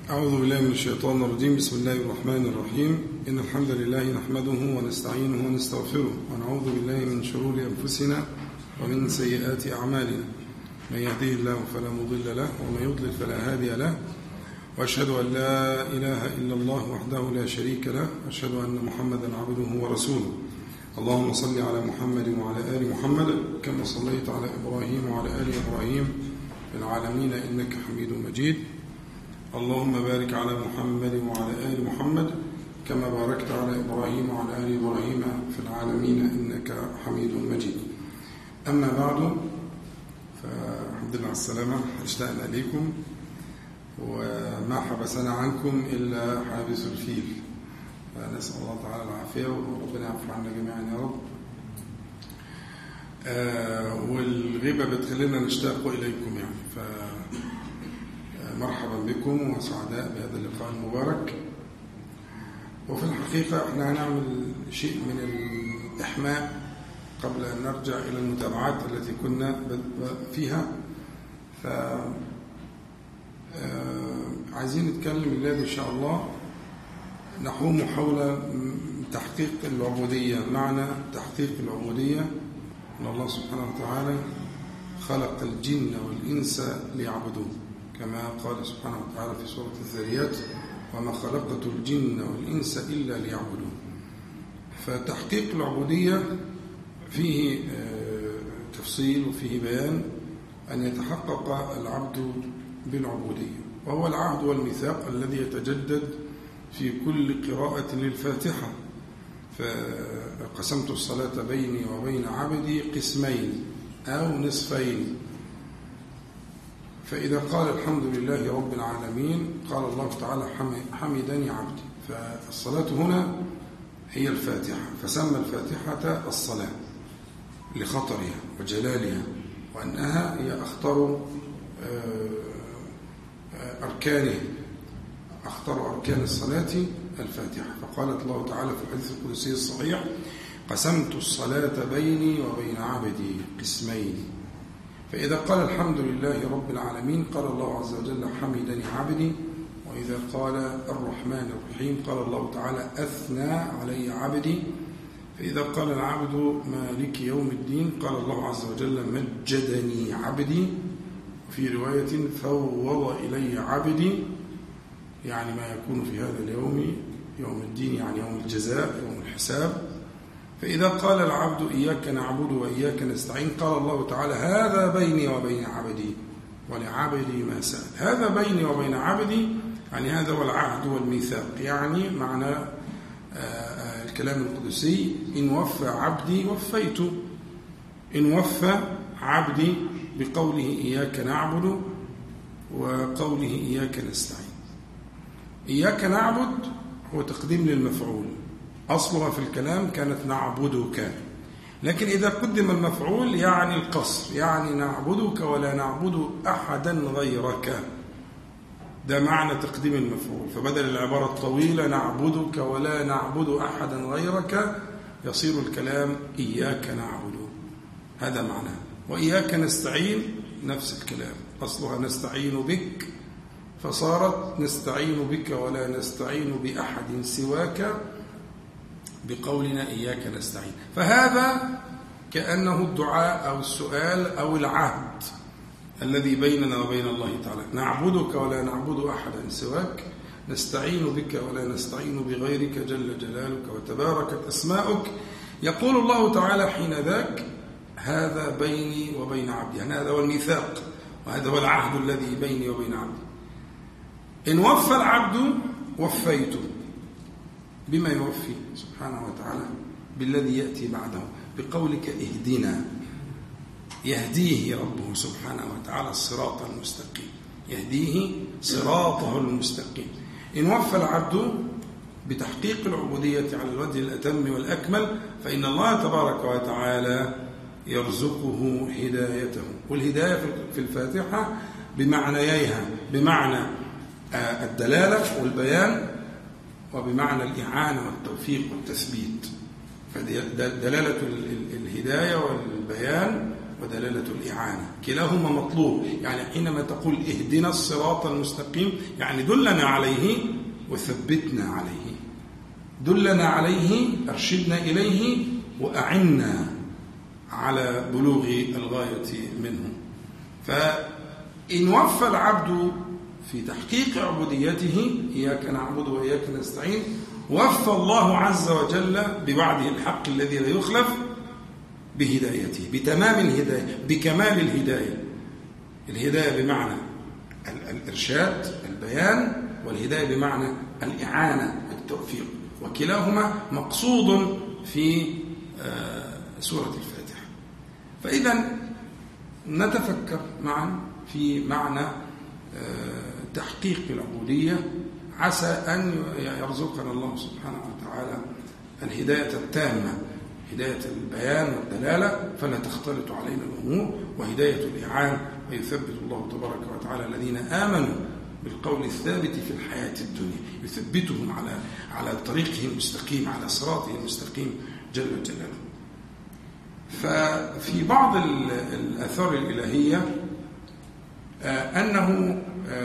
أعوذ بالله من الشيطان الرجيم. بسم الله الرحمن الرحيم. إن الحمد لله نحمده ونستعينه ونستغفره ونعوذ بالله من شرور أنفسنا ومن سيئات أعمالنا. من يهديه الله فلا مضل له ومن يضلل فلا هادي له، وأشهد أن لا إله إلا الله وحده لا شريك له، وأشهد أن محمدا عبده ورسوله. اللهم صل على محمد وعلى آل محمد كما صليت على إبراهيم وعلى آل إبراهيم في العالمين إنك حميد مجيد. اللهم بارك على محمد وعلى آل محمد كما باركت على إبراهيم وعلى آل إبراهيم في العالمين إنك حميد مجيد. أما بعد، فالحمد لله على السلامة، اشتقنا إليكم وما حبسنا عنكم إلا حابس الفيل، فنسأل الله تعالى العافية وربنا يعفو عنا جميعا يا رب. والغيبة بتخلينا نشتاق إليكم يعني، مرحبا بكم وسعداء بهذا اللقاء المبارك. وفي الحقيقة احنا هنعمل شيء من الإحماء قبل أن نرجع إلى المتابعات التي كنا فيها. عايزين نتكلم الليلة إن شاء الله، نحوم حول تحقيق العبودية. معنى تحقيق العبودية أن الله سبحانه وتعالى خلق الجن والإنس ليعبدوه، كما قال سبحانه وتعالى في سورة الذاريات: وما خلقت الجن والإنس إلا ليعبدون. فتحقيق العبودية فيه تفصيل وفيه بيان أن يتحقق العبد بالعبودية، وهو العهد والميثاق الذي يتجدد في كل قراءة للفاتحة. فقسمت الصلاة بيني وبين عبدي قسمين أو نصفين، فإذا قال الحمد لله رب العالمين قال الله تعالى حمدني عبدي. فالصلاة هنا هي الفاتحة، فسمى الفاتحة الصلاة لخطرها وجلالها، وأنها هي أخطر أركان الصلاة الفاتحة. فقالت الله تعالى في الحديث القدسي الصحيح: قسمت الصلاة بيني وبين عبدي قسمين. فإذا قال الحمد لله رب العالمين قال الله عز وجل حمدني عبدي، وإذا قال الرحمن الرحيم قال الله تعالى أثنى علي عبدي. فإذا قال العبد مالك يوم الدين قال الله عز وجل مجدني عبدي. وفي رواية فوض إلي عبدي، يعني ما يكون في هذا اليوم، يوم الدين يعني يوم الجزاء يوم الحساب. فإذا قال العبد إياك نعبد وإياك نستعين قال الله تعالى هذا بيني وبين عبدي ولعبدي ما سأل. هذا بيني وبين عبدي يعني هذا هو العهد والميثاق، يعني معنى الكلام القدسي: إن وفى عبدي وفيته. إن وفى عبدي بقوله إياك نعبد وقوله إياك نستعين. إياك نعبد هو تقديم للمفعول، أصلها في الكلام كانت نعبدك، لكن إذا قدم المفعول يعني القصر، يعني نعبدك ولا نعبد أحدا غيرك. ده معنى تقديم المفعول. فبدل العبارة الطويلة نعبدك ولا نعبد أحدا غيرك يصير الكلام إياك نعبد، هذا معناه. وإياك نستعين نفس الكلام، أصلها نستعين بك، فصارت نستعين بك ولا نستعين بأحد سواك بقولنا إياك نستعين. فهذا كأنه الدعاء أو السؤال أو العهد الذي بيننا وبين الله تعالى: نعبدك ولا نعبد أحدا سواك، نستعين بك ولا نستعين بغيرك جل جلالك وتباركت أسماؤك. يقول الله تعالى حين ذاك: هذا بيني وبين عبدي، يعني هذا هو الميثاق وهذا هو العهد الذي بيني وبين عبدي. إن وفى العبد وفيته. بما يوفي سبحانه وتعالى؟ بالذي يأتي بعده، بقولك اهدنا، يهديه ربه سبحانه وتعالى الصراط المستقيم، يهديه صراطه المستقيم. إن وفى العبد بتحقيق العبودية على الوجه الأتم والأكمل فإن الله تبارك وتعالى يرزقه هدايته. والهداية في الفاتحة بمعنييها، بمعنى الدلالة والبيان، وبمعنى الإعانة والتوفيق والتثبيت. فدلالة الهداية والبيان ودلالة الإعانة، كلاهما مطلوب. يعني حينما تقول اهدنا الصراط المستقيم يعني دلنا عليه وثبتنا عليه، دلنا عليه، أرشدنا إليه، وأعنا على بلوغ الغاية منه. فإن وفى العبد في تحقيق عبوديته إياك نعبد وإياك نستعين، وفى الله عز وجل بوعده الحق الذي لا يخلف بهدايته، بتمام الهداية، بكمال الهداية. الهداية بمعنى الإرشاد، البيان، والهداية بمعنى الإعانة، التوفيق، وكلاهما مقصود في سورة الفاتحة. فإذا نتفكر معا في معنى تحقيق العبودية، عسى أن يرزقنا الله سبحانه وتعالى الهداية التامة، هداية البيان والدلالة فلا تختلط علينا الأمور، وهداية الإعان، ويثبت الله تبارك وتعالى الذين آمنوا بالقول الثابت في الحياة الدنيا، يثبتهم على طريقه المستقيم، على صراطه المستقيم جل جلاله. ففي بعض الآثار الإلهية أنه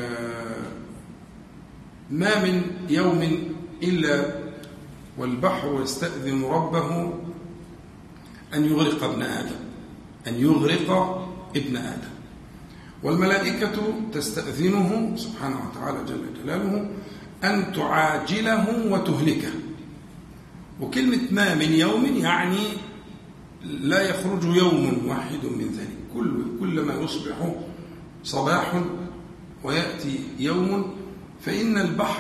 ما من يوم إلا والبحر يستأذن ربه أن يغرق ابن آدم، أن يغرق ابن آدم، والملائكة تستأذنه سبحانه وتعالى جل جلاله أن تعاجله وتهلكه. وكلمة ما من يوم يعني لا يخرج يوم واحد من ذلك، كلما يصبح صباح ويأتي يوم، فإن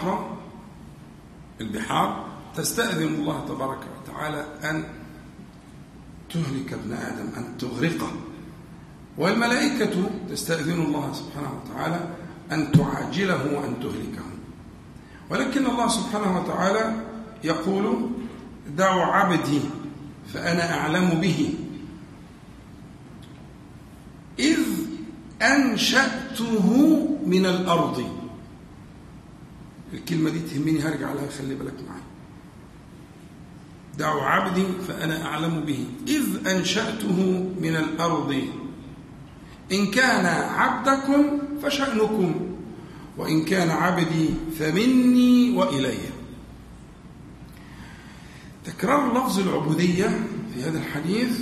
البحار تستأذن الله تبارك وتعالى أن تهلك ابن آدم، أن تغرقه، والملائكة تستأذن الله سبحانه وتعالى أن تعاجله وأن تهلكه. ولكن الله سبحانه وتعالى يقول دعوا عبدي فأنا أعلم به إذ أنشأته من الأرض. الكلمة دي تهمني، هرجع لها، خلي بالك معي. دعوا عبدي فأنا أعلم به إذ أنشأته من الأرض إن كان عبدكم فشأنكم وإن كان عبدي فمني وإلي. تكرار لفظ العبودية في هذا الحديث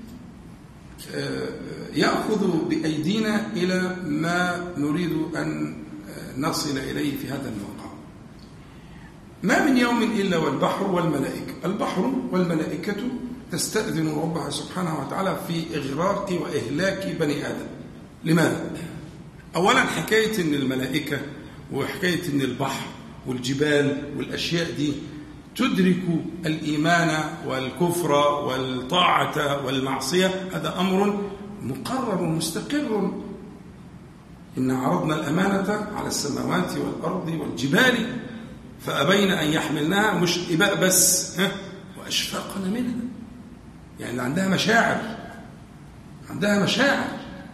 يأخذ بأيدينا إلى ما نريد أن نصل إليه في هذا المقام. ما من يوم إلا والبحر والملائكة، البحر والملائكة تستأذن ربها سبحانه وتعالى في إغراق وإهلاك بني آدم. لماذا؟ أولا حكاية أن الملائكة وحكاية أن البحر والجبال والأشياء دي تدرك الإيمان والكفر والطاعة والمعصية، هذا أمر مقرر مستقر. إن عرضنا الأمانة على السماوات والأرض والجبال فأبين أن يحملنها، مش إباء بس، وأشفقنا منها، يعني عندها مشاعر، عندها مشاعر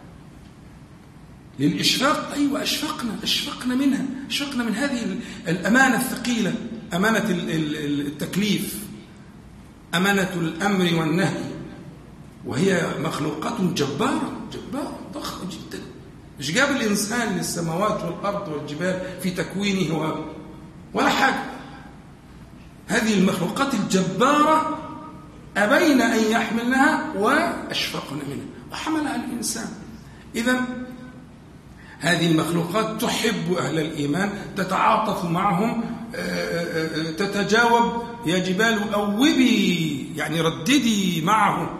للإشفاق. أيوة أشفقنا منها، أشفقنا من هذه الأمانة الثقيلة، أمانة التكليف، أمانة الأمر والنهي، وهي مخلوقات جبارة ضخمة جدا. مش جاب الإنسان للسماوات والأرض والجبال في تكوينه ولا حاجة. هذه المخلوقات الجبارة أبين أن يحملنها وأشفقن منها وحملها الإنسان. إذن هذه المخلوقات تحب أهل الإيمان، تتعاطف معهم، تتجاوب، يا جبال أوبي يعني رددي معه،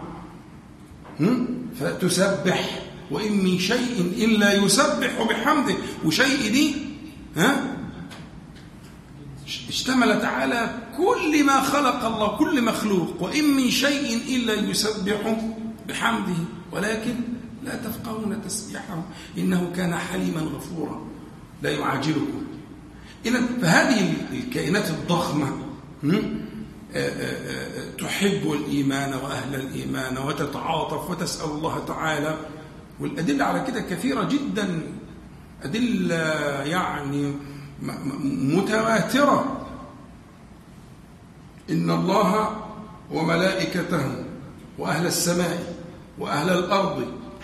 فتسبح وإن من شيء إلا يسبح بحمده. وشيء دي اشتملت على كل ما خلق الله، كل مخلوق، وإن من شيء إلا يسبح بحمده ولكن لا تفقهون تسبيحه إنه كان حليما غفورا لا يعاجلكم. إذن فهذه الكائنات الضخمة تحب الإيمان وأهل الإيمان وتتعاطف وتسأل الله تعالى. والأدلة على كده كثيرة جدا، أدلة يعني متواترة. إن الله وملائكته وأهل السماء وأهل الأرض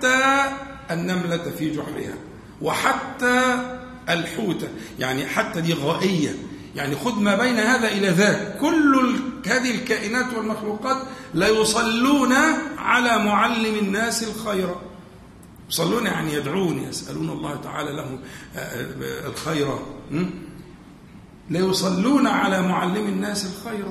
حتى النملة في جحرها، وحتى الحوتة، يعني حتى دي غائية، يعني خذ ما بين هذا إلى ذاك. كل هذه الكائنات والمخلوقات لا يصلون على معلم الناس الخير. يصلون يعني يدعون، يسألون الله تعالى له الخير. لا يصلون على معلم الناس الخير.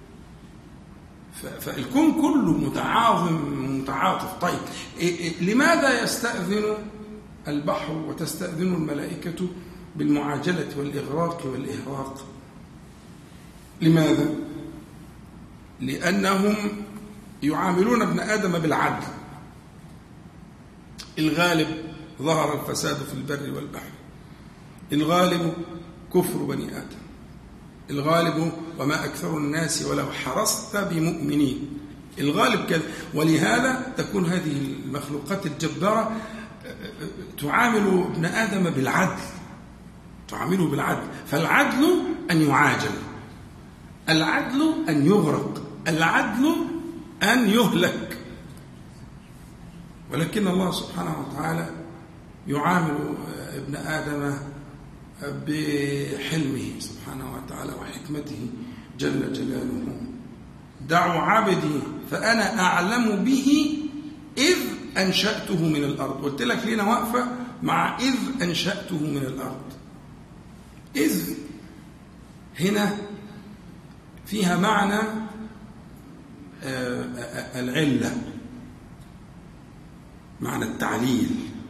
فالكون كله متعاظم متعاطف. طيب لماذا يستأذن البحر وتستأذن الملائكة بالمعاجلة والإغراق والإهراق؟ لماذا؟ لأنهم يعاملون ابن آدم بالعدل. الغالب ظهر الفساد في البر والبحر، الغالب كفر بني آدم، الغالب وما أكثر الناس ولو حرصت بمؤمنين، الغالب كذا. ولهذا تكون هذه المخلوقات الجبارة تعامل ابن آدم بالعدل، تعامله بالعدل. فالعدل أن يعاجل، العدل أن يغرق، العدل أن يهلك. ولكن الله سبحانه وتعالى يعامل ابن آدم بحلمه سبحانه وتعالى وحكمته جل جلاله. دعوا عبدي فأنا أعلم به إذ أنشأته من الأرض. قلت لك لينا واقفة مع إذ أنشأته من الأرض. إذ هنا فيها معنى العلة، معنى التعليل،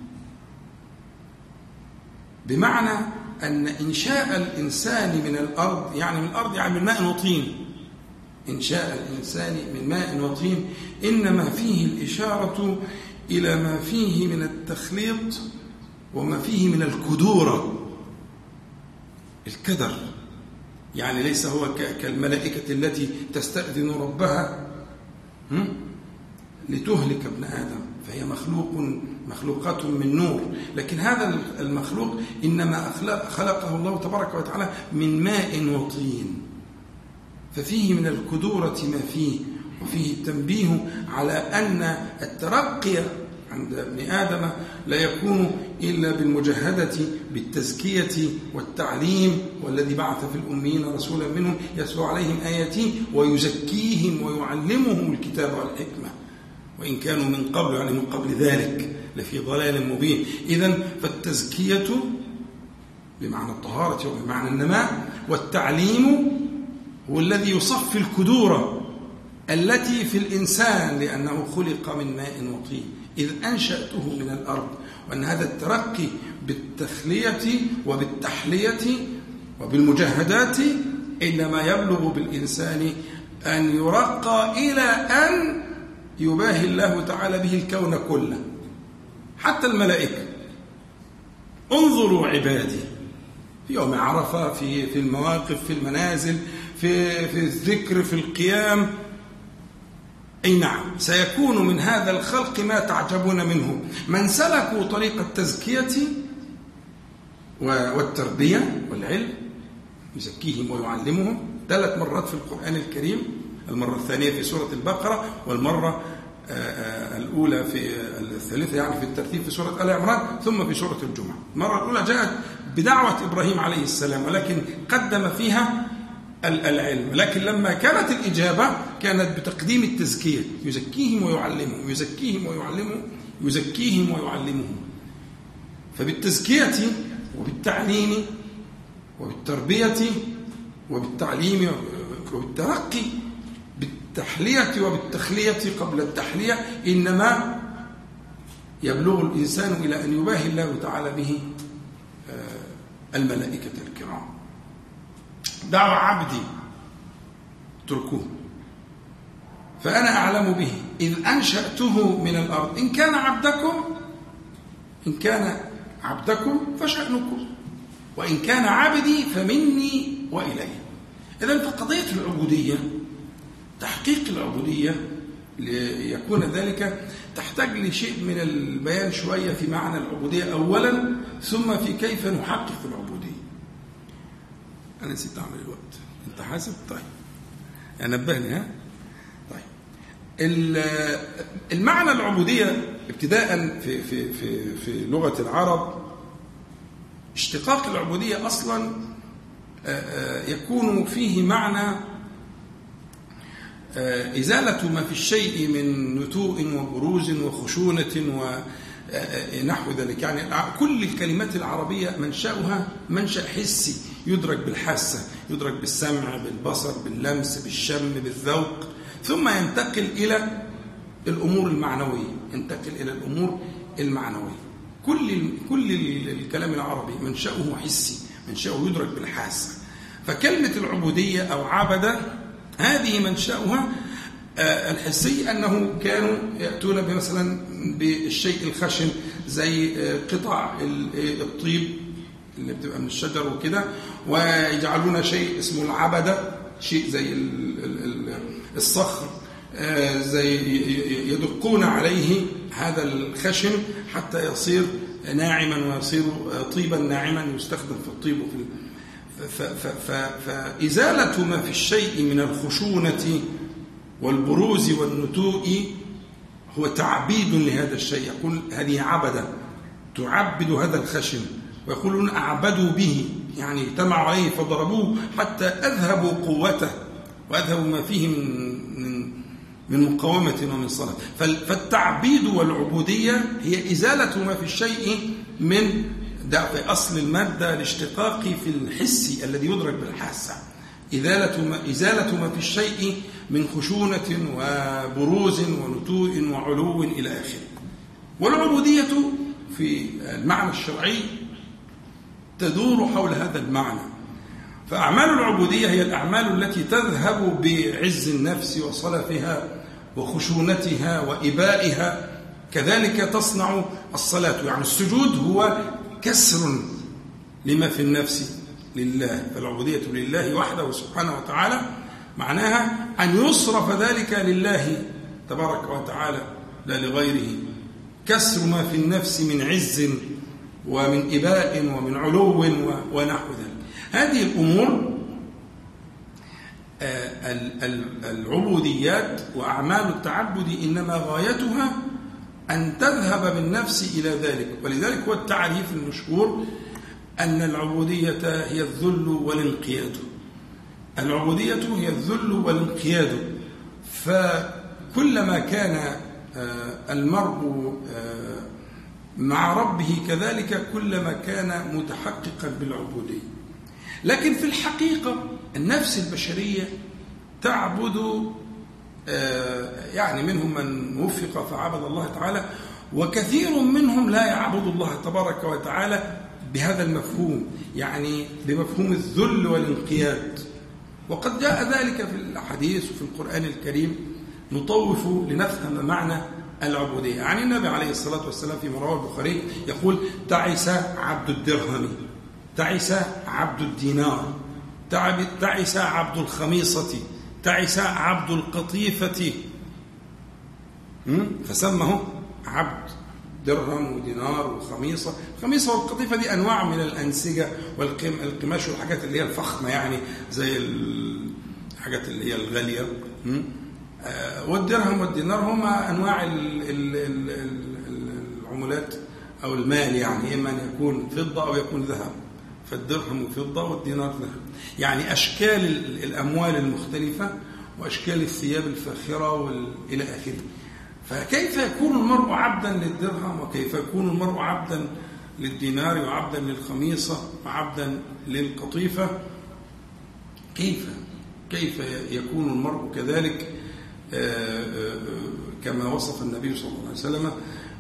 بمعنى أن إنشاء الإنسان من الأرض، يعني من الأرض يعني من ماء وطين، إنشاء الإنسان من ماء وطين إنما فيه الإشارة إلى ما فيه من التخليط وما فيه من الكدورة، الكدر. يعني ليس هو كالملائكة التي تستأذن ربها لتهلك ابن آدم، فهي مخلوقات من نور. لكن هذا المخلوق إنما خلقه الله تبارك وتعالى من ماء وطين، ففيه من الكدورة ما فيه، وفيه التنبيه على أن الترقي عند ابن آدم لا يكون إلا بالمجاهدة بالتزكية والتعليم، والذي بعث في الأميين رسولا منهم يتلو عليهم آياته ويزكيهم ويعلمهم الكتاب والحكمة وإن كانوا من قبل، يعني من قبل ذلك لفي ضلال مبين. إذن فالتزكية بمعنى الطهارة وبمعنى النماء، والتعليم هو الذي يصفي الكدورة التي في الإنسان لأنه خلق من ماء وطين إذ أنشأته من الأرض. وأن هذا الترقي بالتخلية وبالتحلية وبالمجاهدات إنما يبلغ بالإنسان أن يرقى إلى أن يباهي الله تعالى به الكون كله، حتى الملائكة. انظروا عبادي في يوم عرفة، في المواقف، في المنازل، في الذكر، في القيام. أي نعم سيكون من هذا الخلق ما تعجبون منه، من سلكوا طريق التزكية والتربية والعلم، يزكيهم ويعلمهم 3 مرات في القرآن الكريم، المرة الثانية في سورة البقرة، والمرة الأولى في الثالثة يعني في الترتيب في سورة آل عمران، ثم في سورة الجمعة. المرة الأولى جاءت بدعوة إبراهيم عليه السلام، ولكن قدم فيها العلم. لكن لما كانت الإجابة كانت بتقديم التزكية، يزكيهم ويعلمهم، يزكيهم ويعلمهم، يزكيهم ويعلمهم. فبالتزكية وبالتعليم وبالتربية وبالتعليم وبالترقي، بالتحلية وبالتخلية قبل التحلية، إنما يبلغ الإنسان إلى أن يباهي الله تعالى به الملائكة الكرام. دعوا عبدي اتركوه فأنا أعلم به إذ أنشأته من الأرض. إن كان عبدكم فشأنكم، وإن كان عبدي فمني وإلي. إذن فقضية العبودية، تحقيق العبودية ليكون ذلك تحتاج لشيء من البيان شوية في معنى العبودية أولا، ثم في كيف نحقق العبودية. أنا نسيت أعمل الوقت، أنت حاسب؟ طيب يعني نبهني. ها طيب المعنى العبودية ابتداء في لغة العرب، اشتقاق العبودية أصلا يكون فيه معنى إزالة ما في الشيء من نتوء وبروز وخشونة ونحو ذلك. يعني كل الكلمات العربية منشأها منشأ حسي يدرك بالحاسة، يدرك بالسمع، بالبصر، باللمس، بالشم، بالذوق، ثم ينتقل إلى الأمور المعنوية، ينتقل إلى الأمور المعنوية. كل الكلام العربي منشأه حسي، منشأه يدرك بالحاسة. فكلمة العبودية أو عبد هذه منشأها الحسي، أنه كانوا يأتون مثلا بالشيء الخشن زي قطع الطيب اللي بتبقى من الشجر وكده، ويجعلون شيء اسمه العبدة، شيء زي الصخر، زي يدقون عليه هذا الخشن حتى يصير ناعما ويصير طيبا ناعما يستخدم في الطيب وفي فإزالة ما في الشيء من الخشونة والبروز والنتوء هو تعبيد لهذا الشيء. يقول هذه عبدة تعبد هذا الخشن، ويقولون أعبدوا به، يعني اجتمعوا عليه فضربوه حتى أذهبوا قوته وأذهبوا ما فيه من مقاومة ومن صلاة. فالتعبيد والعبودية هي إزالة ما في الشيء من في أصل المادة الاشتقاقي في الحسي الذي يدرك بالحاسة، إزالة ما في الشيء من خشونة وبروز ونتوء وعلو إلى آخره. والعبودية في المعنى الشرعي تدور حول هذا المعنى. فأعمال العبودية هي الأعمال التي تذهب بعز النفس وصلفها وخشونتها وإبائها. كذلك تصنع الصلاة، يعني السجود هو كسر لما في النفس لله. فالعبودية لله وحده سبحانه وتعالى معناها أن يصرف ذلك لله تبارك وتعالى لا لغيره، كسر ما في النفس من عز ومن إباء ومن علو ونحو ذلك. هذه الأمور العبوديات وأعمال التعبد إنما غايتها أن تذهب بالنفس إلى ذلك. ولذلك هو التعريف المشهور أن العبودية هي الذل والانقياد. العبودية هي الذل والانقياد. فكلما كان المرء مع ربه كذلك كلما كان متحققا بالعبودية. لكن في الحقيقة النفس البشرية تعبد، يعني منهم من وفق فعبد الله تعالى، وكثير منهم لا يعبد الله تبارك وتعالى بهذا المفهوم، يعني بمفهوم الذل والانقياد. وقد جاء ذلك في الحديث وفي القرآن الكريم، نطوف لنفهم معنى العبودية. يعني النبي عليه الصلاة والسلام في رواه البخاري يقول: تعس عبد الدرهم، تعس عبد الدينار، تعس عبد الخميصة، تعس عبد القطيفة. فسمه عبد درهم ودينار وخميصة. الخميصة والقطيفة دي أنواع من الأنسجة والقماش والحاجات اللي هي الفخمة، يعني زي الحاجات اللي هي الغالية. والدرهم والدينار هما أنواع العملات أو المال، يعني إما أن يكون فضة أو يكون ذهب. فالدرهم فضة والدينار ذهب، يعني أشكال الأموال المختلفة وأشكال الثياب الفاخرة إلى آخره. فكيف يكون المرء عبدا للدرهم، وكيف يكون المرء عبدا للدينار، وعبدا للخميصة، وعبدا للقطيفة؟ كيف يكون المرء كذلك كما وصف النبي صلى الله عليه وسلم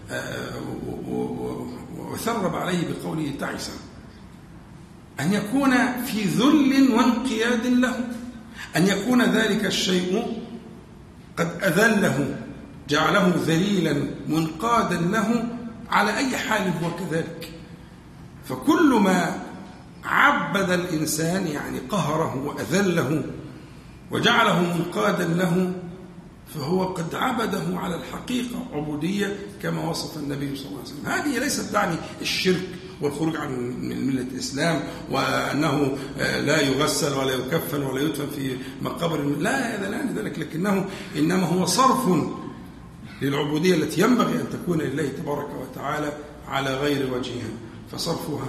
وثرب عليه بقوله تعس؟ أن يكون في ذل وانقياد له، أن يكون ذلك الشيء قد أذله، جعله ذليلا منقادا له على أي حال هو كذلك. فكل ما عبد الإنسان يعني قهره وأذله وجعله منقادا له فهو قد عبده على الحقيقة عبودية كما وصف النبي صلى الله عليه وسلم. هذه ليست تعني الشرك والخروج عن ملة الإسلام، وأنه لا يغسل ولا يكفن ولا يدفن في مقابر، لا، هذا لا ذلك، لكنه إنما هو صرف للعبودية التي ينبغي أن تكون لله تبارك وتعالى على غير وجهها، فصرفها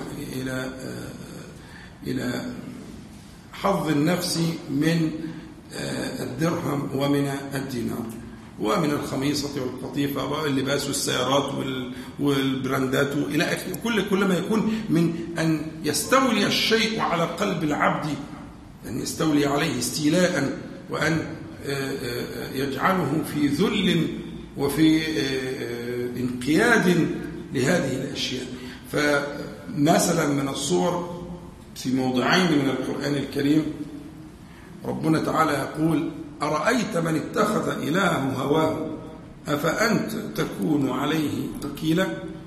إلى حظ النفس من الدرهم ومن الدينار ومن الخميصة والقطيفة واللباس والسيارات والبراندات إلى آخره، كل ما يكون من أن يستولي الشيء على قلب العبد، أن يستولي عليه استيلاء، وأن يجعله في ذل وفي انقياد لهذه الأشياء. فمثلا من الصور في موضعين من القرآن الكريم ربنا تعالى يقول: أرأيت من اتخذ إلهه هواه أفأنت تكون عليه وكيلا.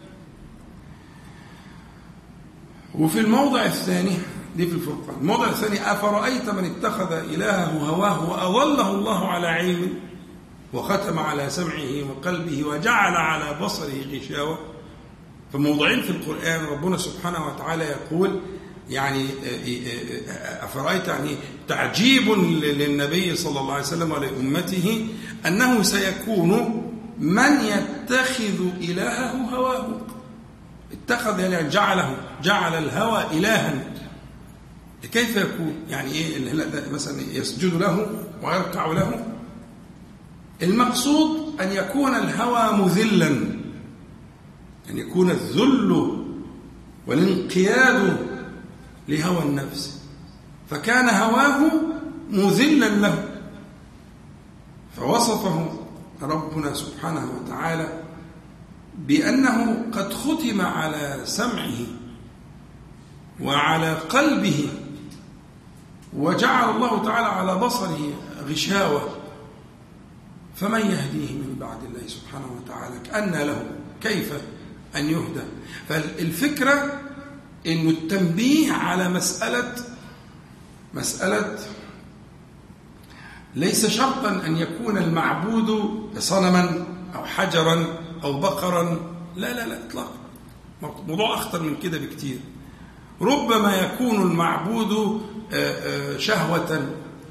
وفي الموضع الثاني دي في الفرقان، الموضع الثاني: أفرأيت من اتخذ إلهه هواه وأضله الله على علم وختم على سمعه وقلبه وجعل على بصره غشاوة. فموضعين في القرآن ربنا سبحانه وتعالى يقول يعني أفرأيت، يعني تعجيب للنبي صلى الله عليه وسلم ولأمته أنه سيكون من يتخذ إلهه هواه. اتخذ يعني جعل الهوى إلها. كيف يكون؟ يعني إيه مثلا يسجد له ويركع له؟ المقصود أن يكون الهوى مذلا، أن يكون الذل والانقياد لهوى النفس، فكان هواه مذلا له، فوصفه ربنا سبحانه وتعالى بأنه قد ختم على سمعه وعلى قلبه وجعل الله تعالى على بصره غشاوة، فمن يهديه من بعد الله سبحانه وتعالى؟ كأن له كيف أن يهدى. فالفكرة إنه التنبيه على مسألة ليس شرطا أن يكون المعبود صنما أو حجرا أو بقرا، لا إطلاقا، موضوع أخطر من كده بكتير. ربما يكون المعبود شهوة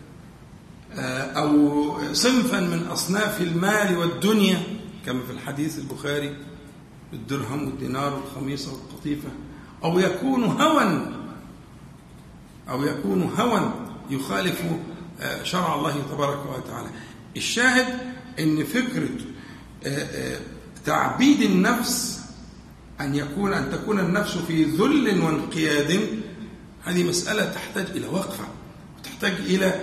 أو صنفا من أصناف المال والدنيا، كما في الحديث البخاري: الدرهم والدينار والخميصة والقطيفة، أو يكون هوى يخالف شرع الله تبارك وتعالى. الشاهد أن فكرة تعبيد النفس أن تكون النفس في ذل وانقياد، هذه مسألة تحتاج إلى وقفة، وتحتاج إلى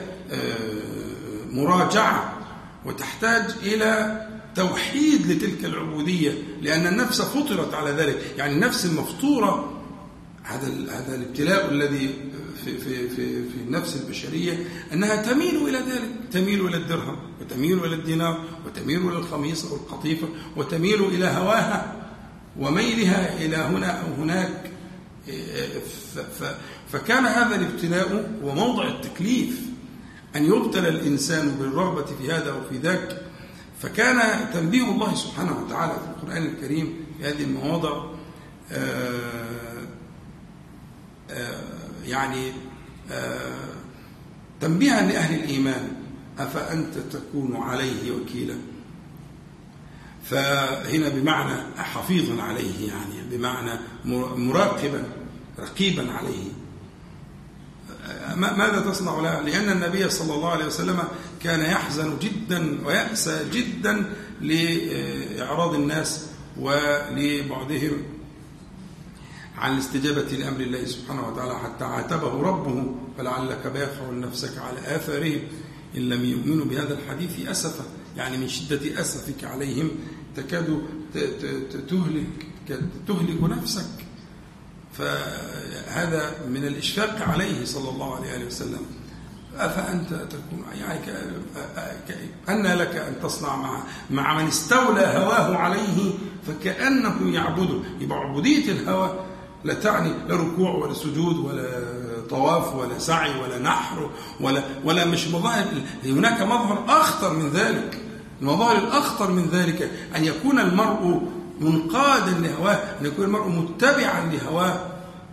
مراجعة، وتحتاج إلى توحيد لتلك العبودية، لأن النفس فطرت على ذلك. يعني النفس المفطورة، هذا الابتلاء الذي في النفس البشرية، أنها تميل إلى ذلك، تميل إلى الدرهم، وتميل إلى الدينار، وتميل إلى الخميصة والقطيفة، وتميل إلى هواها وميلها إلى هنا أو هناك. فكان هذا الابتلاء وموضع التكليف أن يبتلى الإنسان بالرغبة في هذا وفي ذاك. فكان تنبيه الله سبحانه وتعالى في القرآن الكريم في هذه المواضع يعني تنبيها لأهل الإيمان: أفأنت تكون عليه وكيلا. فهنا بمعنى حفيظا عليه، يعني بمعنى مراقبا رقيبا عليه. ماذا تصنع له؟ لأن النبي صلى الله عليه وسلم كان يحزن جدا ويأسى جدا لإعراض الناس ولبعدهم عن الاستجابة لأمر الله سبحانه وتعالى، حتى عاتبه ربه: فلعلك باخع نفسك على آثارهم إن لم يؤمنوا بهذا الحديث أسفا. يعني من شدة أسفك عليهم تكاد تهلك نفسك. فهذا من الإشفاق عليه صلى الله عليه وسلم. أفأنت تكون يعني أن لك أن تصنع مع من استولى هواه عليه فكأنه يعبده. يبقى عبودية الهوى لا تعني لا ركوع ولا سجود ولا طواف ولا سعي ولا نحر ولا مش مظاهر. هناك مظهر أخطر من ذلك. المظاهر الأخطر من ذلك أن يكون المرء منقادا لهواه، أن يكون المرء متبعا لهواه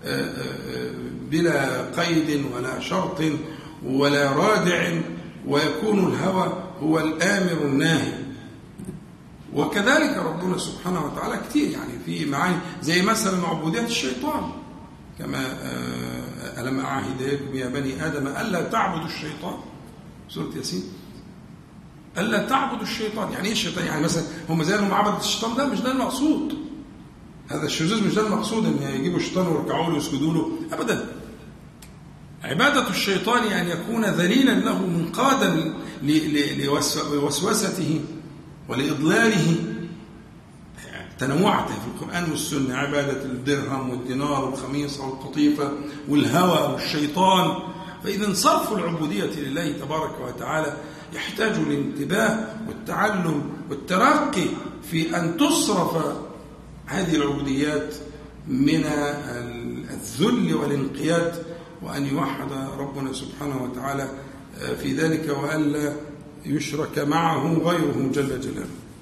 بلا قيد ولا شرط ولا رادع، ويكون الهوى هو الآمر الناهي. وكذلك ربنا سبحانه وتعالى كتير يعني في معاني زي مثلا عبودية الشيطان، كما ألم أعهد إليكم يا بني آدم ألا تعبدوا الشيطان، سورة ياسين، ألا تعبدوا الشيطان. يعني إيه الشيطان؟ يعني مثلا هم زي انهم عبدوا الشيطان، ده مش ده المقصود، هذا الشذوذ مش ده المقصود ان يجيبوا الشيطان ويركعوا له ويسجدوا له ابدا. عبادة الشيطان أن يعني يكون ذليلا له منقادا لوسوسته ولإضلاله. تنوعت في القرآن والسنة عبادة الدرهم والدينار والخميصة والقطيفة والهوى والشيطان. فإذا صرف العبودية لله تبارك وتعالى يحتاج الانتباه والتعلم والترقي في أن تصرف هذه العبوديات من الذل والانقياد، وأن يوحد ربنا سبحانه وتعالى في ذلك، وألا يشرك معه غيره جل جلاله.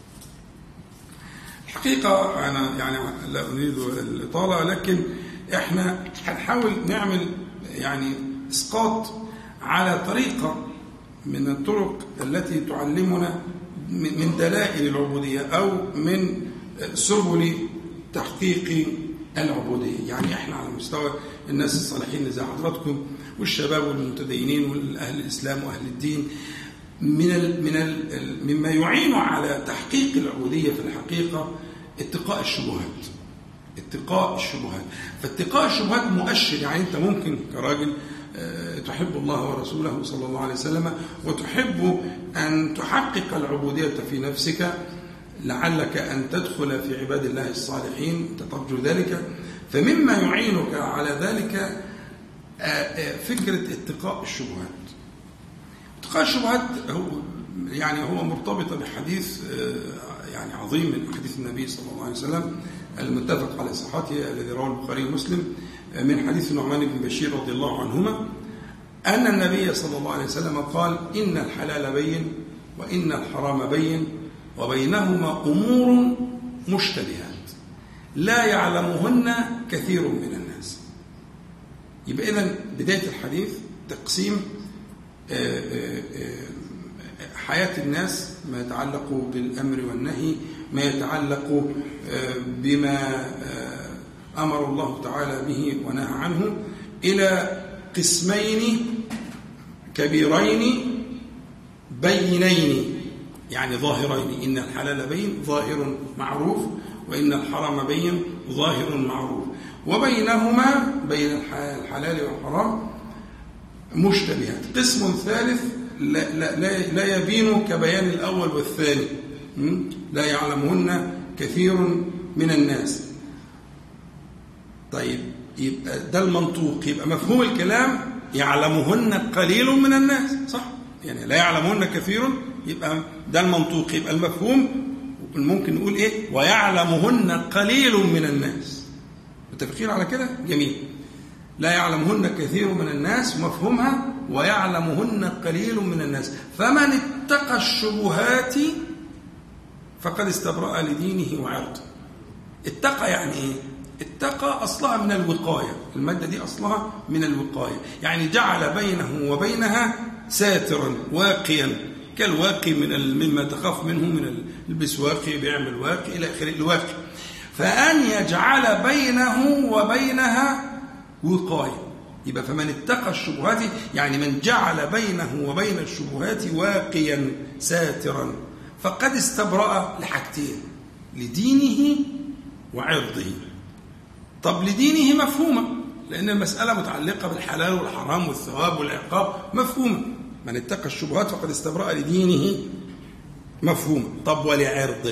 الحقيقة أنا يعني لا أريد الإطالة، لكن إحنا هنحاول نعمل يعني إسقاط على طريقة من الطرق التي تعلمنا من دلائل العبودية أو من سبل تحقيق العبودية. يعني إحنا على مستوى الناس الصالحين زي حضراتكم والشباب والمتدينين والأهل الإسلام وأهل الدين، مما يعين على تحقيق العبودية في الحقيقة اتقاء الشبهات. اتقاء الشبهات، فاتقاء الشبهات مؤشر. يعني أنت ممكن كراجل تحب الله ورسوله صلى الله عليه وسلم وتحب أن تحقق العبودية في نفسك، لعلك أن تدخل في عباد الله الصالحين، ترجو ذلك. فمما يعينك على ذلك فكرة اتقاء الشبهات. اتقاء الشبهات هو مرتبطة بحديث يعني عظيم من حديث النبي صلى الله عليه وسلم المتفق على صحته الذي رواه البخاري ومسلم من حديث النعمان بن بشير رضي الله عنهما أن النبي صلى الله عليه وسلم قال: إن الحلال بين وإن الحرام بين وبينهما أمور مشتبهات لا يعلمهن كثير من الناس. يبقى إذن بداية الحديث تقسيم حياة الناس، ما يتعلق بالأمر والنهي، ما يتعلق بما أمر الله تعالى به ونهى عنه، إلى قسمين كبيرين بينين، يعني ظاهرين. إن الحلال بين ظاهر معروف، وإن الحرام بين ظاهر معروف، وبينهما بين الحلال والحرام مشتبهات. قسم ثالث لا يبين كبيان الأول والثاني، لا يعلمهن كثير من الناس. طيب، يبقى ده المنطوق، يبقى مفهوم الكلام يعلمهن قليل من الناس، صح؟ يعني لا يعلمهن كثير، يبقى ده المنطوق. يبقى المفهوم ممكن نقول إيه؟ ويعلمهن قليل من الناس. متفقين على كده؟ جميل. لا يعلمهن كثير من الناس، مفهومها ويعلمهن قليل من الناس. فمن اتقى الشبهات فقد استبرأ لدينه وعرضه. اتقى يعني ايه؟ اتقى أصلها من الوقاية، المادة دي أصلها من الوقاية، يعني جعل بينه وبينها ساترا واقيا، كالواقي مما تخاف منه، من البس واقي، بيعمل واقي إلى آخره، الواقي. فأن يجعل بينه وبينها وقاية. يبقى فمن اتقى الشبهات يعني من جعل بينه وبين الشبهات واقيا ساترا فقد استبرأ لحاجتين: لدينه وعرضه. طب لدينه مفهومة، لأن المسألة متعلقة بالحلال والحرام والثواب والعقاب، مفهومة. من اتقى الشبهات فقد استبرأ لدينه، مفهومة. طب ولعرضه،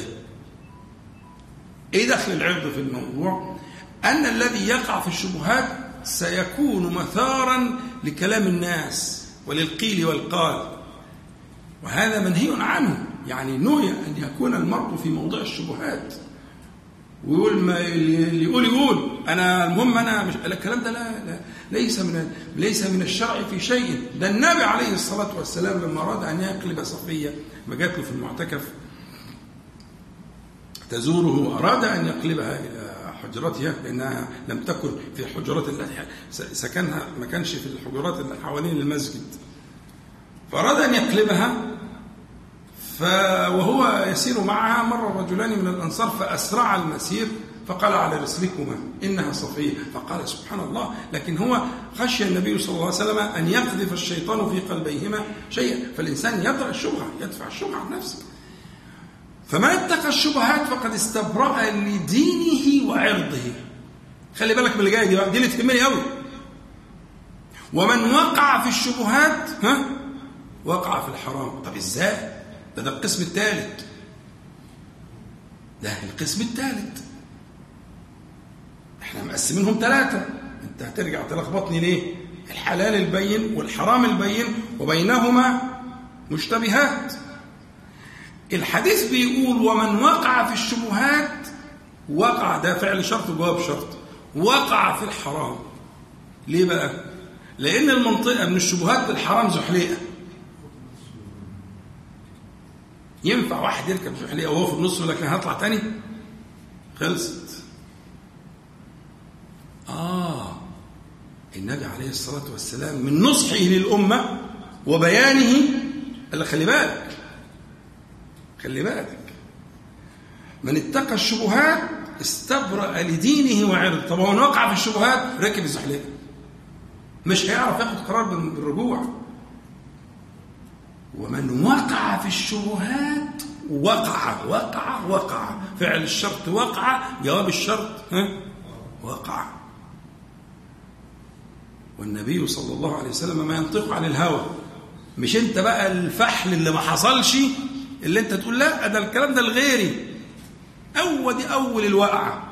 إيه دخل العرض في الموضوع؟ أن الذي يقع في الشبهات سيكون مثارا لكلام الناس وللقيل والقال، وهذا منهي عنه. يعني نهي أن يكون المرء في موضع الشبهات ويقول ما اللي يقول أنا المهم أنا مش، الكلام ده لا ليس من الشرع في شيء. ده النبي عليه الصلاة والسلام لما أراد أن يقلب صفية، ما جات له في المعتكف تزوره، أراد أن يقلبها إلى حجرتها لأنها لم تكن في الحجرات التي سكنها، ما كانش في الحجرات اللي حوالين المسجد، فأراد أن يقلبها. وهو يسير معها مر رجلان من الأنصار فأسرع المسير فقال على رسلكما إنها صفية، فقال سبحان الله، لكن هو خشي النبي صلى الله عليه وسلم أن يقذف الشيطان في قلبيهما شيئا، فالإنسان يدرع الشبهة، يدفع الشبهة عن نفسه. فمن اتقى الشبهات فقد استبرأ لدينه وعرضه. خلي بالك من اللي جاي دي اللي تهمني قوي. ومن وقع في الشبهات وقع في الحرام. طب ازاي؟ ده القسم الثالث، ده القسم الثالث، احنا مقسمينهم 3. انت هترجع تلخبطني ليه؟ الحلال البين والحرام البين وبينهما مشتبهات. الحديث بيقول ومن وقع في الشبهات وقع، ده فعل شرط وجواب شرط، وقع في الحرام. ليه بقى؟ لأن المنطقة من الشبهات بالحرام زحليقة. ينفع واحد يركب زحليقة وهو في النص يقول لك أنا هطلع تاني؟ خلصت. النبي عليه الصلاة والسلام من نصحه للأمة وبيانه قال خلي بالك، خلي بالك، من اتقى الشبهات استبرأ لدينه وعرضه. طب هو وقع في الشبهات ركب الزحليقة، مش هيعرف ياخد قرار بالرجوع. ومن وقع في الشبهات وقع فعل الشرط وقع، جواب الشرط وقع. والنبي صلى الله عليه وسلم ما ينطق عن الهوى. مش انت بقى الفحل اللي ما حصلش اللي انت تقول لا ده الكلام ده لغيري. دي اول الوقعه،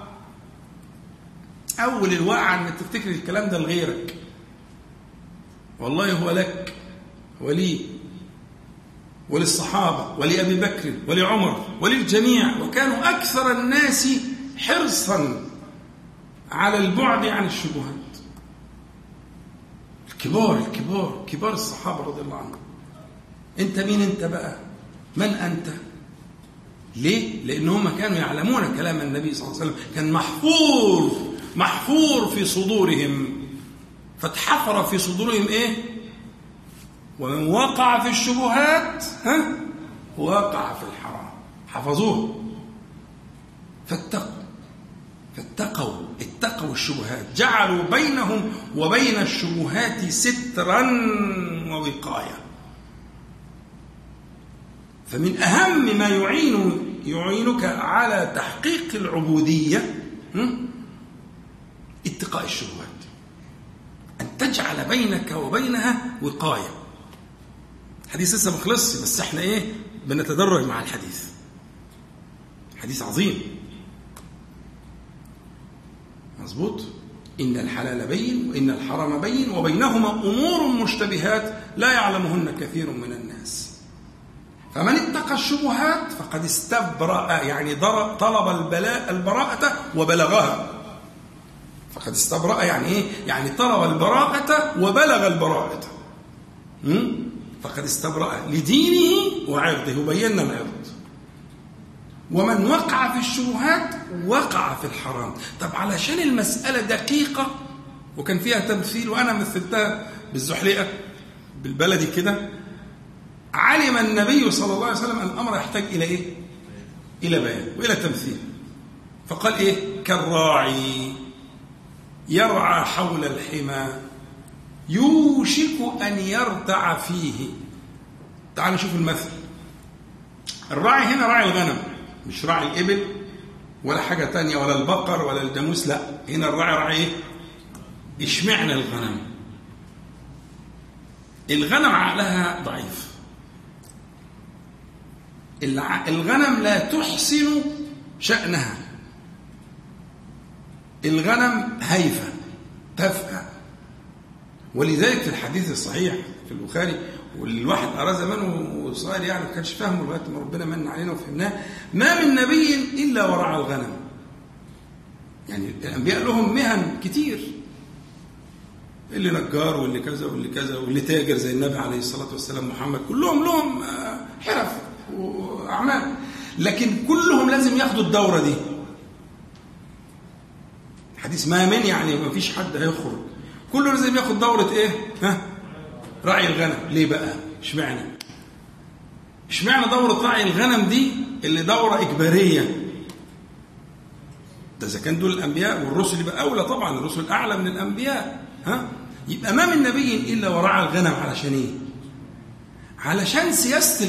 اول الوقعه انك تفتكر الكلام ده لغيرك. والله هو لك ولي وللصحابه ولأبي بكر ولعمر وللجميع، وكانوا اكثر الناس حرصا على البعد عن الشبهات. كبار الصحابه رضي الله عنهم. انت مين انت بقى؟ من انت؟ ليه؟ لأنهم كانوا يعلمون كلام النبي صلى الله عليه وسلم، كان محفور في صدورهم، فاتحفر في صدورهم إيه؟ ومن وقع في الشبهات وقع في الحرام. حفظوه اتقوا الشبهات، جعلوا بينهم وبين الشبهات سترا ووقاية. فمن أهم ما يعينك على تحقيق العبودية اتقاء الشبهات، أن تجعل بينك وبينها وقاية. الحديث لسه مخلص، بس احنا بنتدرج مع الحديث. حديث عظيم مظبوط. إن الحلال بين وإن الحرام بين وبينهما أمور مشتبهات لا يعلمهن كثير من الناس. فمن اتقى الشبهات فقد استبرأ، يعني طلب البراءة وبلغها. فقد استبرأ يعني ايه؟ يعني طلب البراءة وبلغ البراءة. فقد استبرأ لدينه وعرضه، وبينا العرض. ومن وقع في الشبهات وقع في الحرام. طب علشان المسألة دقيقة وكان فيها تمثيل، وأنا مثلتها بالزحليقة بالبلدي كده، علم النبي صلى الله عليه وسلم أن الأمر يحتاج إلى إيه؟ إلى بيان وإلى تمثيل. فقال إيه؟ كالراعي يرعى حول الحمى يوشك أن يرتع فيه. تعالوا نشوف المثل. الراعي هنا راعي الغنم، مش راعي الإبل ولا حاجة تانية ولا البقر ولا الجاموس، لا، هنا الراعي راعي إيه؟ اشمعنى الغنم؟ الغنم عقلها ضعيف. الغنم لا تحسن شأنها. الغنم هيفة تافهة. ولذلك في الحديث الصحيح في البخاري، والواحد أرى زمانه صغير يعني ما كانش فاهمه لغاية ما ربنا من علينا وفهمناه، ما من نبي إلا ورعى الغنم. يعني الأنبياء لهم مهن كتير، اللي نجار واللي كذا واللي كذا واللي تاجر زي النبي عليه الصلاة والسلام محمد، كلهم لهم حرف وأعمال. لكن كلهم لازم ياخدوا الدورة دي. حديث ما من يعني ما فيش حد هيخرج، كله لازم ياخد دورة ايه؟ راعي الغنم. ليه بقى؟ اشمعنى دورة راعي الغنم دي اللي دورة إجبارية؟ ده إذا كان دول الأنبياء والرسل يبقى أولى طبعا، الرسل أعلى من الأنبياء. يبقى ما من نبي إلا ورعى الغنم. علشان إيه؟ علشان سياسة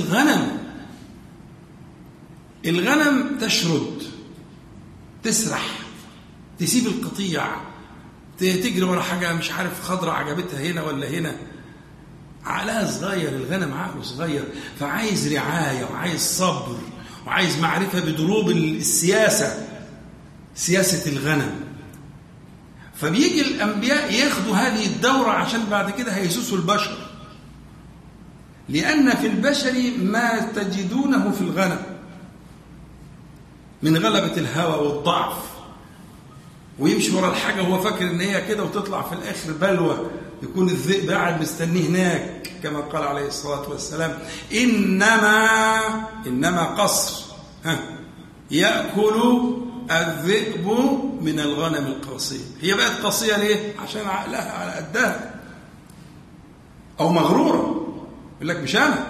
الغنم تشرد، تسرح، تسيب القطيع، تجري ورا حاجة مش عارف خضرة عجبتها هنا ولا هنا. عقلها صغير، الغنم عقله صغير، فعايز رعاية وعايز صبر وعايز معرفة بدروب السياسة، سياسة الغنم. فبيجي الأنبياء ياخدوا هذه الدورة عشان بعد كده هيسوسوا البشر، لأن في البشر ما تجدونه في الغنم من غلبة الهوى والضعف، ويمشي ورا الحاجة وهو فاكر إن هي كده وتطلع في الآخر بلوى، يكون الذئب قاعد مستنيه هناك كما قال عليه الصلاة والسلام: إنما قصر يأكل الذئب من الغنم القصية. هي بقت قصية ليه؟ عشان عقلها على قدها، أو مغرورة، يقول لك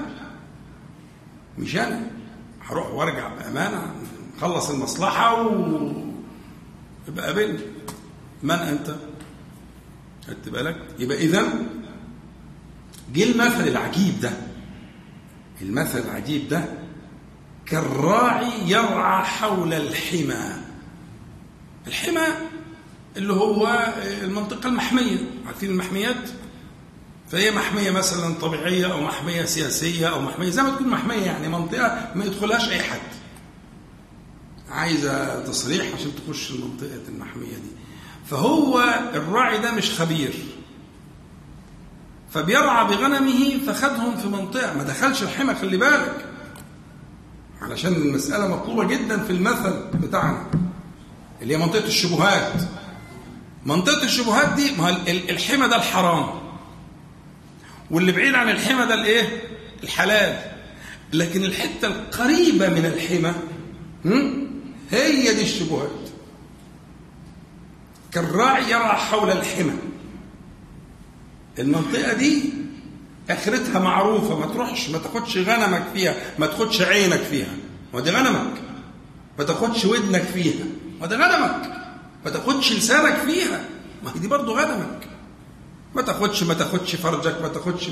مش أنا هروح وارجع بأمانة، خلص المصلحة ويبقى قابلني. من أنت؟ خدت بالك؟ يبقى إذن جه المثل العجيب ده كالراعي يرعى حول الحمى اللي هو المنطقة المحمية. عارفين المحميات؟ فهي محمية مثلا طبيعية أو محمية سياسية أو محمية زي ما تكون محمية، يعني منطقة ما يدخلهاش أي حد، عايزة تصريح عشان تخش المنطقة المحمية دي. فهو الراعي ده مش خبير، فبيرعى بغنمه، فخدهم في منطقة ما دخلش الحمى. خلي بالك، علشان المسألة مطلوبة جدا في المثل بتاعنا اللي هي منطقة الشبهات. منطقة الشبهات دي، ما الحمى ده الحرام، واللي بعيد عن الحمى ده الايه؟ الحلال. لكن الحتة القريبة من الحمى هي دي الشبهات. كالراعي يرعى حول الحمى، المنطقة دي آخرتها معروفة، ما تروحش ما تاخدش غنمك فيها، ما تاخدش عينك فيها، ودي غنمك. ما تاخدش ودنك فيها، ودي غنمك. ما تاخدش لسانك فيها، ما هي دي برضو غنمك. ما تاخدش فرجك، ما تاخدش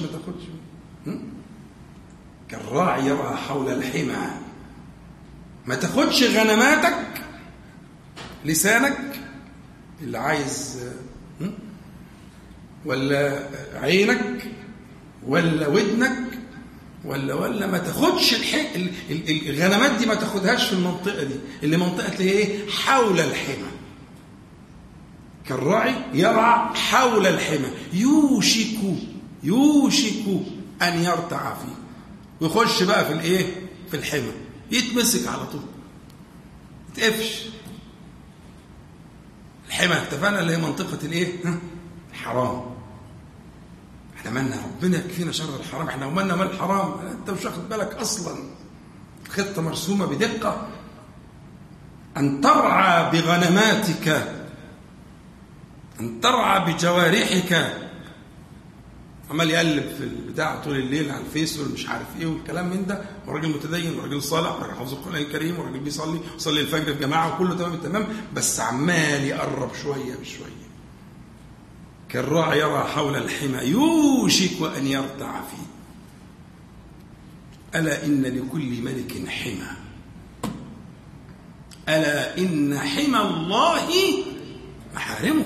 كالراعي يرعى حول الحمى. ما تاخدش غنماتك، لسانك اللي عايز، ولا عينك، ولا ودنك، ولا ما تاخدش الغنمات دي، ما تاخدهاش في المنطقة دي اللي منطقة ايه؟ حول الحمى. كالراعي يرعى حول الحمى، يوشك أن يرتع فيه، ويخش بقى في الايه؟ في الحمى، يتمسك على طول، يتقفش. الحمى اتفقنا اللي هي منطقة الايه؟ الحرام. احنا مالنا؟ ربنا يكفينا شر الحرام، احنا ومالنا مال الحرام؟ انت مش واخد بالك اصلا. خطة مرسومة بدقة، ان ترعى بغنماتك، ان ترعى بجوارحك. عمال يقلب في البتاع طول الليل على الفيس ومش عارف ايه والكلام من ده، وراجل متدين وراجل صالح وراجل حافظ القرآن الكريم وراجل بيصلي الفجر في جماعة وكله تمام التمام، بس عمال يقرب شوية بشوية. كالراعي يرعى حول الحمى يوشك أن يرتع فيه. ألا إن لكل ملك حمى، ألا إن حمى الله محارمه.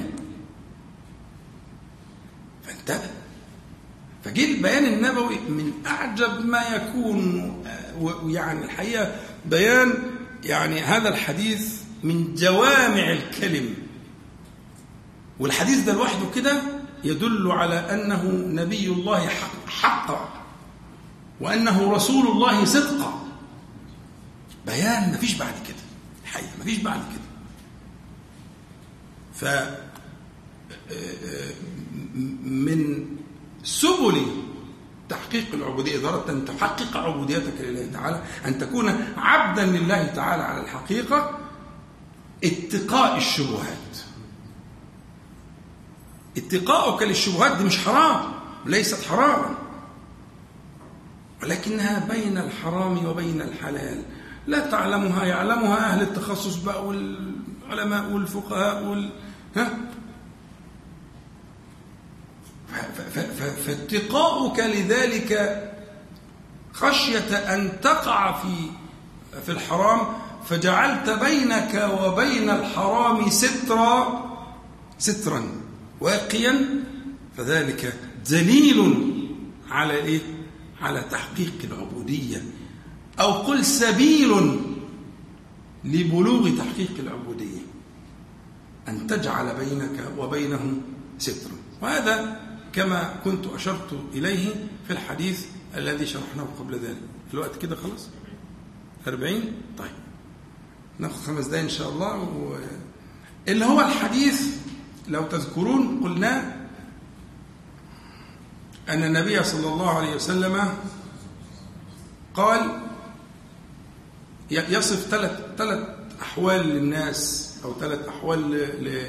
فانتبه. فجه البيان النبوي من أعجب ما يكون، ويعني الحقيقة بيان يعني هذا الحديث من جوامع الكلم. والحديث ده لوحده كده يدل على أنه نبي الله حقا، وأنه رسول الله صدقا. بيان مفيش بعد كده، الحقيقة مفيش بعد كده. من سبل تحقيق العبودية، إذا أردت أن تحقق عبوديتك لله تعالى، أن تكون عبدا لله تعالى على الحقيقة، اتقاء الشبهات. اتقاؤك للشبهات دي مش حرام، ليست حراما، ولكنها بين الحرام وبين الحلال، لا تعلمها، يعلمها أهل التخصص بقى والعلماء والفقهاء فاتقاؤك لذلك خشية أن تقع في الحرام، فجعلت بينك وبين الحرام سترا واقيا، فذلك دليل على إيه؟ على تحقيق العبودية، أو قل سبيل لبلوغ تحقيق العبودية، أن تجعل بينك وبينهم سترا. وهذا كما كنت أشرت إليه في الحديث الذي شرحناه قبل ذلك. الوقت كده خلاص 40. طيب ناخذ 5 دقائق إن شاء الله. اللي هو الحديث لو تذكرون قلنا أن النبي صلى الله عليه وسلم قال يصف ثلاث أحوال للناس، أو 3 أحوال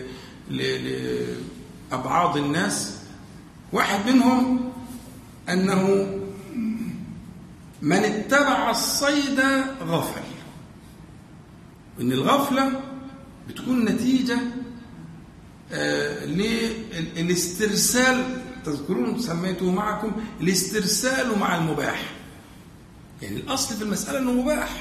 لأبعاض الناس. واحد منهم أنه من اتبع الصيد غفل، وإن الغفلة بتكون نتيجة للاسترسال. تذكرون سميته معكم الاسترسال مع المباح، يعني الأصل في المسألة أنه مباح،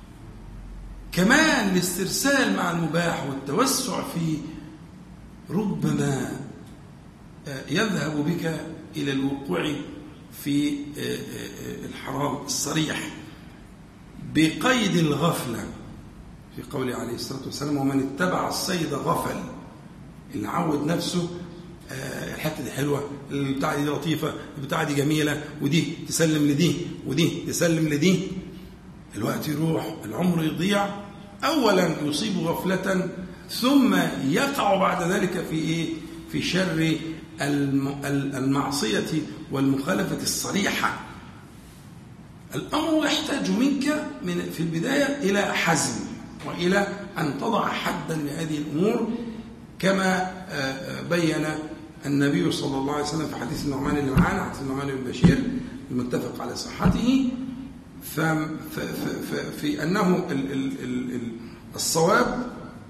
كمان الاسترسال مع المباح والتوسع فيه ربما يذهب بك إلى الوقوع في الحرام الصريح بقيد الغفلة، في قوله عليه الصلاة والسلام ومن اتبع الصيد غفل، اللي عود نفسه الحتة دي حلوة، البتاعة دي لطيفة، البتاعة دي جميلة، ودي تسلم لدي ودي تسلم لدي، الوقت يروح، العمر يضيع، أولا يصيب غفلة، ثم يقع بعد ذلك في شر المعصية والمخالفة الصريحة. الأمر يحتاج منك في البداية إلى حزم، وإلى أن تضع حدا لهذه الأمور، كما بين النبي صلى الله عليه وسلم في حديث النعمان اللي معانا، حديث النعمان بن بشير المتفق على صحته، في أنه الصواب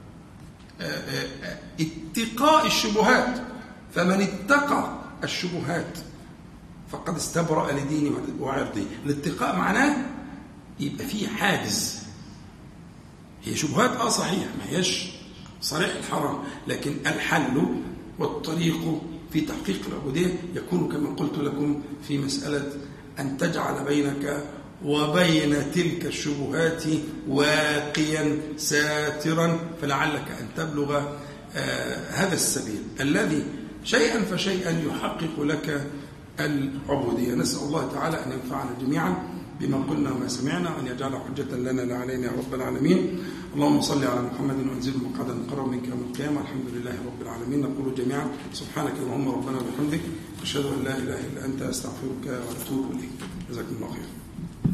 اتقاء الشبهات، فمن اتقى الشبهات فقد استبرأ لدينه وعرضه. الاتقاء معناه يبقى فيه حاجز، هي شبهات صحيح ما هيش صريح الحرام، لكن الحل والطريق في تحقيق العبودية يكون كما قلت لكم في مسألة أن تجعل بينك وبين تلك الشبهات واقيا ساترا، فلعلك أن تبلغ هذا السبيل الذي شيئا فشيئا يحقق لك العبودية. نسأل الله تعالى أن ينفعنا جميعا بما قلنا وما سمعنا، وأن يجعل حجة لنا لا علينا يا رب العالمين. اللهم صل على محمد وانزله مقعدا مقربا منك يوم القيامة. الحمد لله رب العالمين. نقول جميعا سبحانك اللهم ربنا وبحمدك، أشهد أن لا إله إلا أنت، أستغفرك وأتوب إليك. جزاكم الله خير.